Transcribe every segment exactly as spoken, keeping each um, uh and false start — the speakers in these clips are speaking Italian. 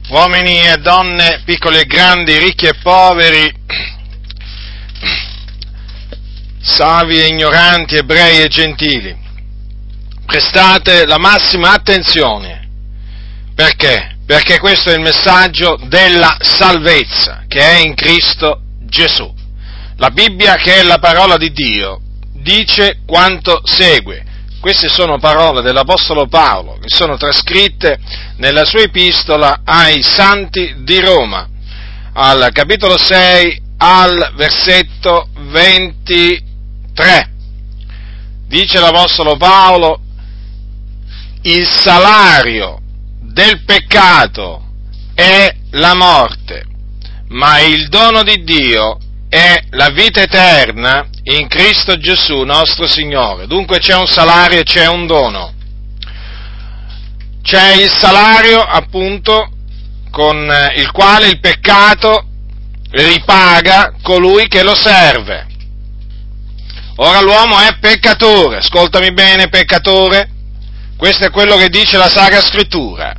uomini e donne, piccoli e grandi, ricchi e poveri, savi e ignoranti, ebrei e gentili, prestate la massima attenzione. Perché? Perché questo è il messaggio della salvezza che è in Cristo Gesù. La Bibbia, che è la parola di Dio, dice quanto segue. Queste sono parole dell'Apostolo Paolo, che sono trascritte nella sua epistola ai Santi di Roma, al capitolo sei, al versetto ventitré. Dice l'Apostolo Paolo: il salario del peccato è la morte, ma il dono di Dio è la vita eterna in Cristo Gesù nostro Signore. Dunque c'è un salario e c'è un dono. C'è il salario, appunto, con il quale il peccato ripaga colui che lo serve. Ora l'uomo è peccatore, ascoltami bene, peccatore, questo è quello che dice la Sacra Scrittura.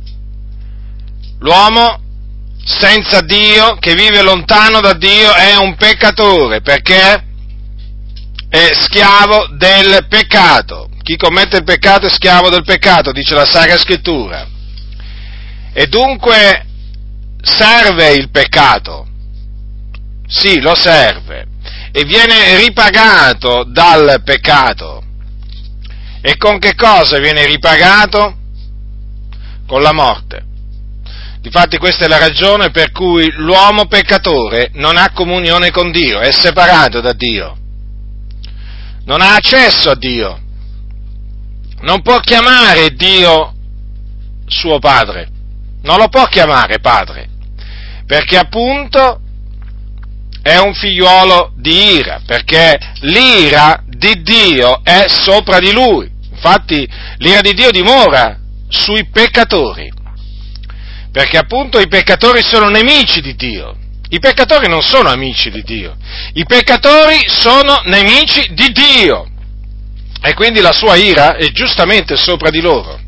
L'uomo senza Dio, che vive lontano da Dio, è un peccatore, perché è schiavo del peccato. Chi commette il peccato è schiavo del peccato, dice la Sacra Scrittura. E dunque serve il peccato, sì, lo serve, e viene ripagato dal peccato. E con che cosa viene ripagato? Con la morte. Difatti questa è la ragione per cui l'uomo peccatore non ha comunione con Dio, è separato da Dio, non ha accesso a Dio, non può chiamare Dio suo padre, non lo può chiamare padre, perché appunto è un figliuolo di ira, perché l'ira di Dio è sopra di lui. Infatti l'ira di Dio dimora sui peccatori, perché appunto i peccatori sono nemici di Dio. I peccatori non sono amici di Dio, i peccatori sono nemici di Dio, e quindi la sua ira è giustamente sopra di loro.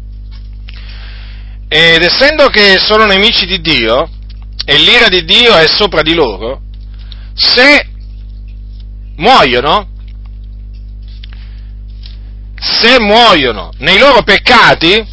Ed essendo che sono nemici di Dio, e l'ira di Dio è sopra di loro, se muoiono, se muoiono nei loro peccati,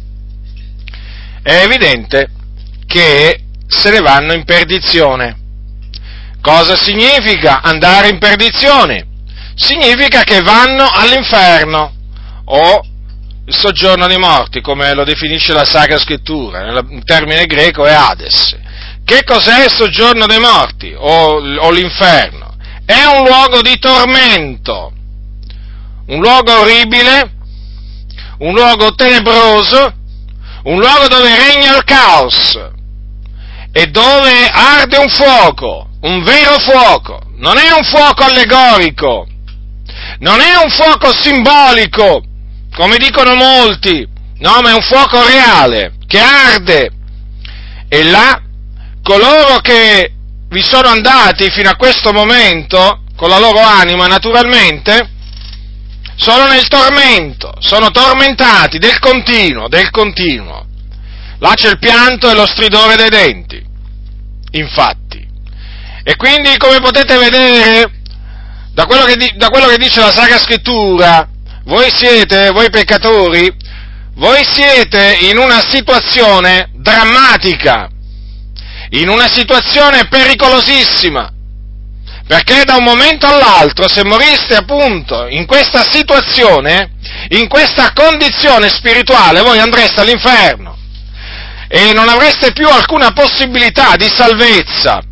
è evidente che se ne vanno in perdizione. Cosa significa andare in perdizione? Significa che vanno all'inferno, o il soggiorno dei morti, come lo definisce la Sacra Scrittura, il termine greco è Hades. Che cos'è il soggiorno dei morti, o, o l'inferno? È un luogo di tormento, un luogo orribile, un luogo tenebroso, un luogo dove regna il caos e dove arde un fuoco, un vero fuoco. Non è un fuoco allegorico, non è un fuoco simbolico, come dicono molti, no, ma è un fuoco reale, che arde. E là, coloro che vi sono andati fino a questo momento, con la loro anima naturalmente, sono nel tormento, sono tormentati del continuo, del continuo. Là c'è il pianto e lo stridore dei denti, infatti. E quindi, come potete vedere, da quello che, di, da quello che dice la Sacra Scrittura, voi siete, voi peccatori, voi siete in una situazione drammatica, in una situazione pericolosissima, perché da un momento all'altro, se moriste appunto in questa situazione, in questa condizione spirituale, voi andreste all'inferno e non avreste più alcuna possibilità di salvezza.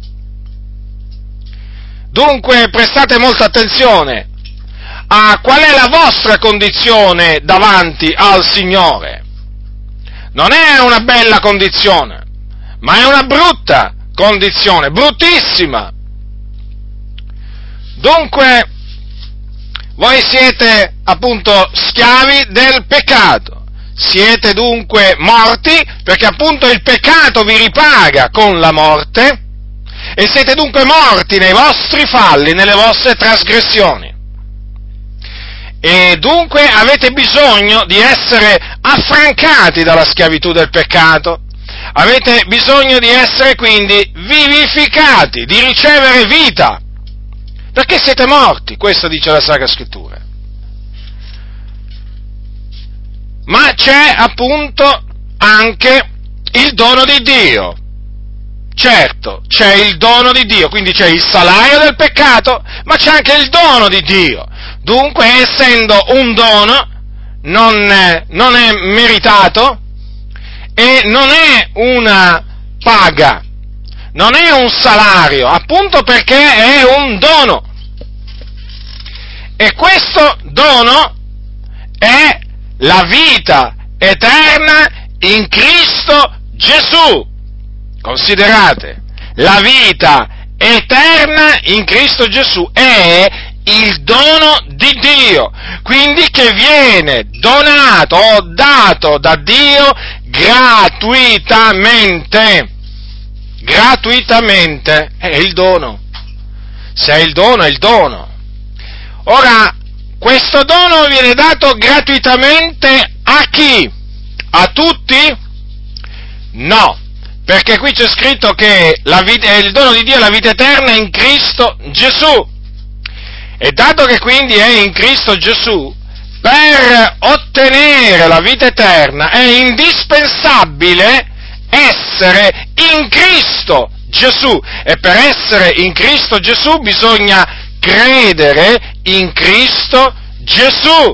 Dunque prestate molta attenzione a qual è la vostra condizione davanti al Signore. Non è una bella condizione, ma è una brutta condizione, bruttissima. Dunque, voi siete appunto schiavi del peccato, siete dunque morti, perché appunto il peccato vi ripaga con la morte, e siete dunque morti nei vostri falli, nelle vostre trasgressioni. E dunque avete bisogno di essere affrancati dalla schiavitù del peccato, Avete bisogno di essere quindi vivificati, di ricevere vita, perché siete morti, questo dice la Sacra Scrittura. Ma c'è appunto anche il dono di Dio. Certo, c'è il dono di Dio, quindi c'è il salario del peccato, ma c'è anche il dono di Dio. Dunque, essendo un dono, non è, non è meritato e non è una paga, non è un salario, appunto perché è un dono. E questo dono è la vita eterna in Cristo Gesù. Considerate, la vita eterna in Cristo Gesù è il dono di Dio, quindi che viene donato o dato da Dio gratuitamente. Gratuitamente è il dono. Se è il dono, è il dono. Ora, questo dono viene dato gratuitamente a chi? A tutti? No, perché qui c'è scritto che la vita, il dono di Dio è la vita eterna in Cristo Gesù. E dato che quindi è in Cristo Gesù, per ottenere la vita eterna è indispensabile essere in Cristo Gesù. E per essere in Cristo Gesù bisogna credere in Cristo Gesù.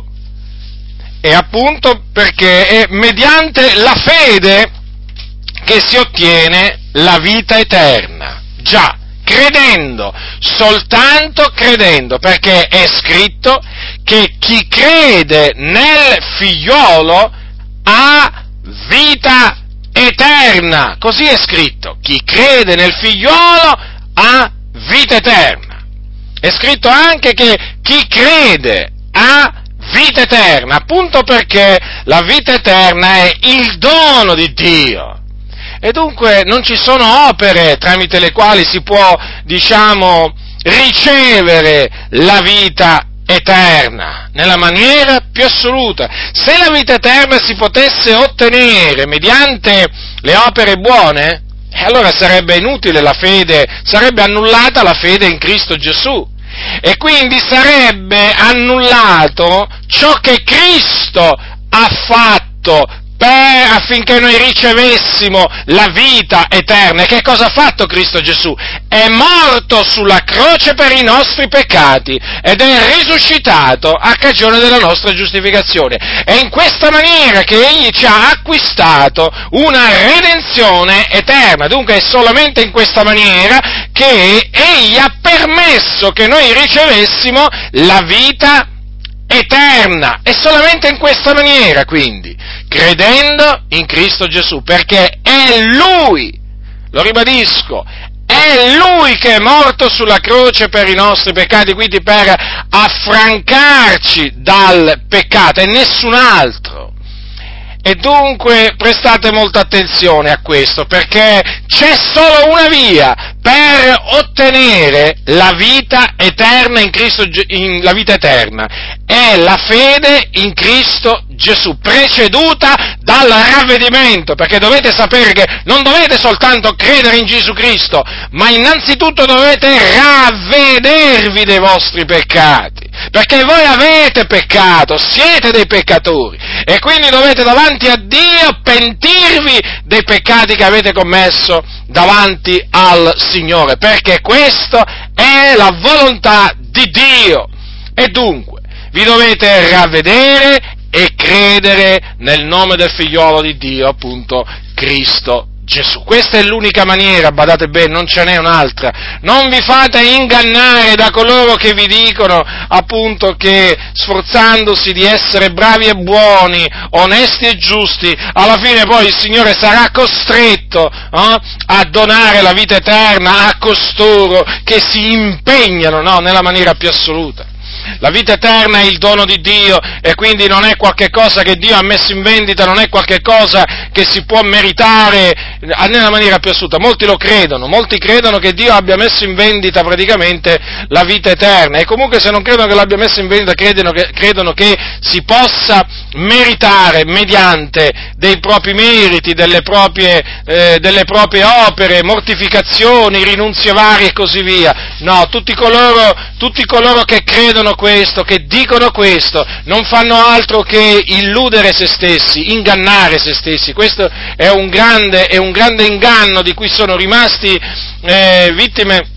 E appunto perché è mediante la fede che si ottiene la vita eterna. Già, credendo, soltanto credendo, perché è scritto che chi crede nel figliolo ha vita eterna. Così è scritto, chi crede nel figliolo ha vita eterna. È scritto anche che chi crede ha vita eterna, appunto perché la vita eterna è il dono di Dio. E dunque non ci sono opere tramite le quali si può, diciamo, ricevere la vita eterna, nella maniera più assoluta. Se la vita eterna si potesse ottenere mediante le opere buone, allora sarebbe inutile la fede, sarebbe annullata la fede in Cristo Gesù. E quindi sarebbe annullato ciò che Cristo ha fatto per, affinché noi ricevessimo la vita eterna. E che cosa ha fatto Cristo Gesù? È morto sulla croce per i nostri peccati ed è risuscitato a cagione della nostra giustificazione. È in questa maniera che Egli ci ha acquistato una redenzione eterna. Dunque è solamente in questa maniera che Egli ha permesso che noi ricevessimo la vita eterna. È solamente in questa maniera, quindi, credendo in Cristo Gesù, perché è Lui, lo ribadisco, è Lui che è morto sulla croce per i nostri peccati, quindi per affrancarci dal peccato e nessun altro. E dunque prestate molta attenzione a questo, perché c'è solo una via per ottenere la vita eterna in Cristo, in, la vita eterna, è la fede in Cristo Gesù, preceduta dal ravvedimento, perché dovete sapere che non dovete soltanto credere in Gesù Cristo, ma innanzitutto dovete ravvedervi dei vostri peccati, perché voi avete peccato, siete dei peccatori, e quindi dovete davanti a Dio pentirvi dei peccati che avete commesso davanti al Signore, perché questa è la volontà di Dio. E dunque, vi dovete ravvedere e credere nel nome del figliolo di Dio, appunto, Cristo Gesù. Questa è l'unica maniera, badate bene, non ce n'è un'altra. Non vi fate ingannare da coloro che vi dicono, appunto, che sforzandosi di essere bravi e buoni, onesti e giusti, alla fine poi il Signore sarà costretto eh, a donare la vita eterna a costoro che si impegnano, no, nella maniera più assoluta. La vita eterna è il dono di Dio e quindi non è qualche cosa che Dio ha messo in vendita, non è qualche cosa che si può meritare nella maniera più assoluta, molti lo credono, molti credono che Dio abbia messo in vendita praticamente la vita eterna, e comunque se non credono che l'abbia messo in vendita, credono che, credono che si possa meritare mediante dei propri meriti, delle proprie, eh, delle proprie opere, mortificazioni, rinunzie varie e così via. No, tutti coloro, tutti coloro che credono questo, che dicono questo, non fanno altro che illudere se stessi, ingannare se stessi. Questo è un grande, è un grande inganno di cui sono rimasti eh, vittime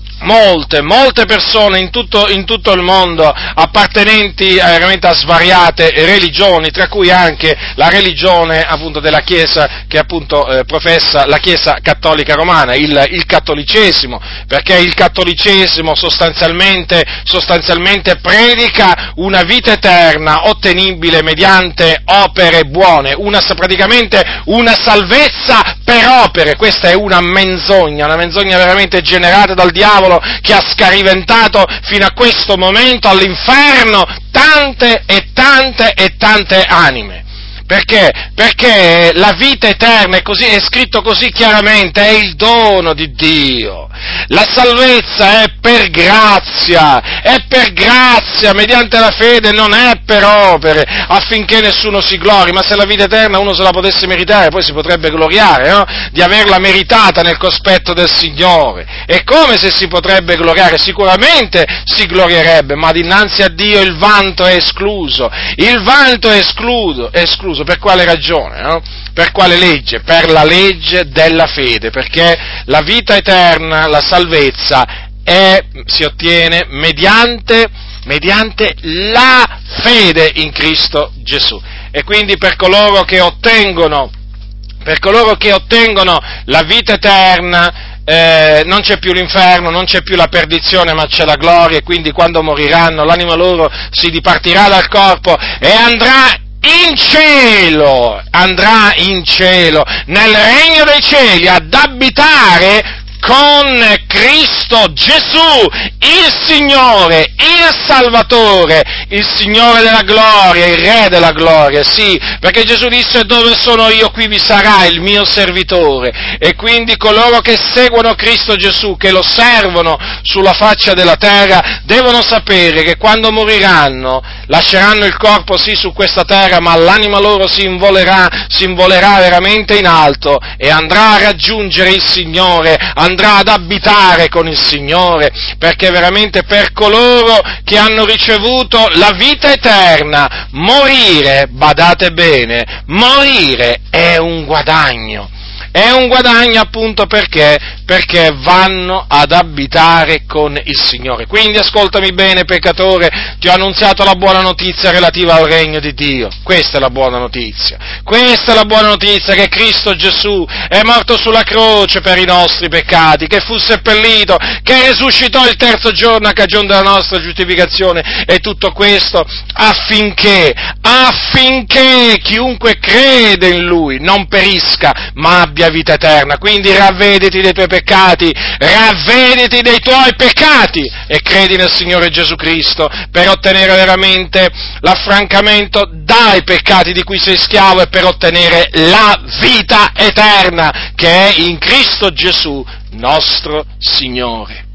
molte, molte persone in tutto, in tutto il mondo, appartenenti eh, veramente a svariate religioni, tra cui anche la religione appunto della Chiesa, che appunto eh, professa la Chiesa cattolica romana, il, il cattolicesimo, perché il cattolicesimo sostanzialmente, sostanzialmente predica una vita eterna ottenibile mediante opere buone, una, praticamente una salvezza per opere. Questa è una menzogna, una menzogna veramente generata dal diavolo, che ha scariventato fino a questo momento all'inferno tante e tante e tante anime. Perché? Perché la vita eterna è così, è scritto così chiaramente, è il dono di Dio. La salvezza è per grazia, è per grazia, mediante la fede, non è per opere, affinché nessuno si glori. Ma se la vita eterna uno se la potesse meritare, poi si potrebbe gloriare, no? Di averla meritata nel cospetto del Signore. E come se si potrebbe gloriare? Sicuramente si glorierebbe, ma dinanzi a Dio il vanto è escluso. Il vanto è escluso, è escluso. Per quale ragione? No? Per quale legge? Per la legge della fede, perché la vita eterna, la salvezza, è, si ottiene mediante, mediante la fede in Cristo Gesù. E quindi per coloro che ottengono, per coloro che ottengono la vita eterna, Eh, non c'è più l'inferno, non c'è più la perdizione, ma c'è la gloria, e quindi quando moriranno l'anima loro si dipartirà dal corpo e andrà in cielo, andrà in cielo, nel regno dei cieli, ad abitare con Cristo Gesù, il Signore, il Salvatore, il Signore della gloria, il Re della gloria, sì, perché Gesù disse: dove sono io, qui vi sarà il mio servitore. E quindi coloro che seguono Cristo Gesù, che lo servono sulla faccia della terra, devono sapere che quando moriranno lasceranno il corpo sì su questa terra, ma l'anima loro si involerà, si involerà veramente in alto e andrà a raggiungere il Signore, andrà ad abitare con il Signore, perché veramente per coloro che hanno ricevuto la vita eterna, morire, badate bene, morire è un guadagno. È un guadagno appunto perché? Perché vanno ad abitare con il Signore. Quindi ascoltami bene, peccatore, ti ho annunziato la buona notizia relativa al regno di Dio. Questa è la buona notizia. Questa è la buona notizia, che Cristo Gesù è morto sulla croce per i nostri peccati, che fu seppellito, che risuscitò il terzo giorno a cagione della nostra giustificazione, e tutto questo affinché, affinché chiunque crede in Lui non perisca, ma abbia vita eterna. Quindi ravvediti dei tuoi peccati, ravvediti dei tuoi peccati e credi nel Signore Gesù Cristo per ottenere veramente l'affrancamento dai peccati di cui sei schiavo, e per ottenere la vita eterna che è in Cristo Gesù nostro Signore.